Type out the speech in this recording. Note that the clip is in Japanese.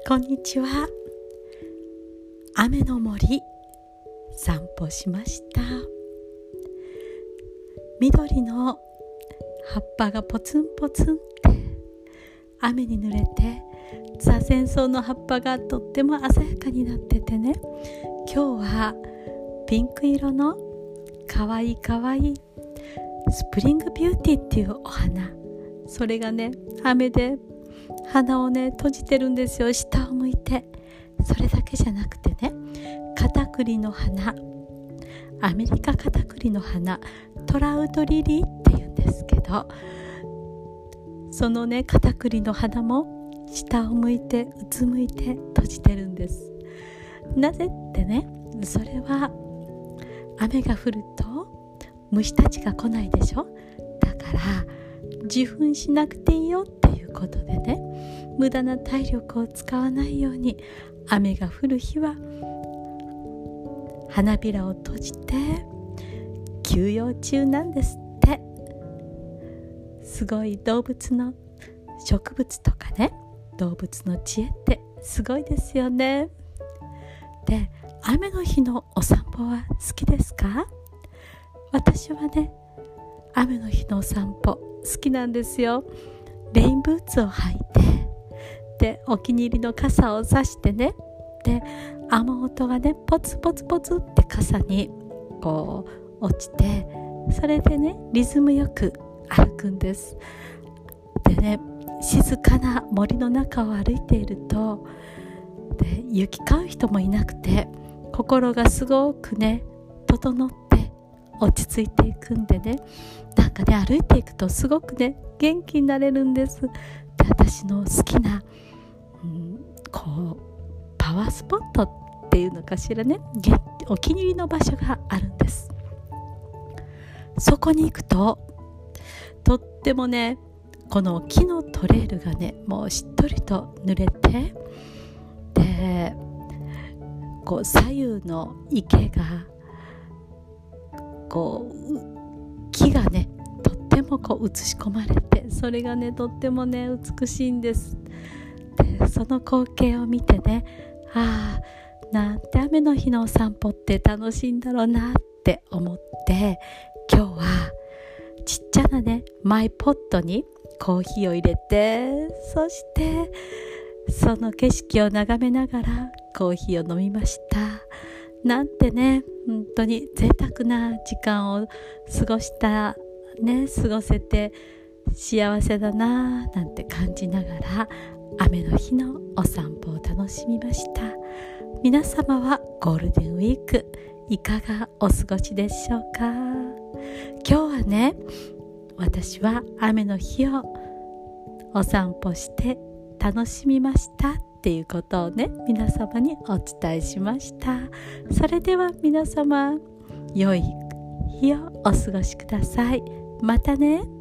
こんにちは。雨の森散歩しました。緑の葉っぱがポツンポツンって雨に濡れて、ザセンソウの葉っぱがとっても鮮やかになっててね、今日はピンク色のかわいいスプリングビューティーっていうお花、それがね雨で花をね閉じてるんですよ。下を向いて。それだけじゃなくてね、カタクリの花、アメリカカタクリの花、トラウトリリーっていうんですけど、そのねカタクリの花も下を向いてうつむいて閉じてるんです。なぜってね、それは雨が降ると虫たちが来ないでしょ。だから受粉しなくていいよっていうことでね、無駄な体力を使わないように、雨が降る日は花びらを閉じて休養中なんですって。すごい植物とかね、動物の知恵ってすごいですよね。で、雨の日のお散歩は好きですか？私はね、雨の日のお散歩好きなんですよ。レインブーツを履いて、でお気に入りの傘を差してね、で雨音がねポツポツポツって傘にこう落ちて、それでねリズムよく歩くんです。でね、静かな森の中を歩いていると、で行き交う人もいなくて、心がすごくね整って落ち着いていくんでね、なんかね歩いていくとすごくね元気になれるんです。で、私の好きな、こうパワースポットっていうのかしらね、お気に入りの場所があるんです。そこに行くととってもね、この木のトレイルがねもうしっとりと濡れて、でこう左右の池がこう木がねとってもこう映し込まれて、それがねとってもね美しいんです。でその光景を見てね、なんて雨の日のお散歩って楽しいんだろうなって思って、今日はちっちゃなねマイポットにコーヒーを入れて、そしてその景色を眺めながらコーヒーを飲みました。なんてね、本当に贅沢な時間を過ごせて幸せだななんて感じながら、雨の日のお散歩を楽しみました。皆様はゴールデンウィークいかがお過ごしでしょうか？今日はね、私は雨の日をお散歩して楽しみましたっていうことをね、皆様にお伝えしました。それでは皆様、良い日をお過ごしください。またね。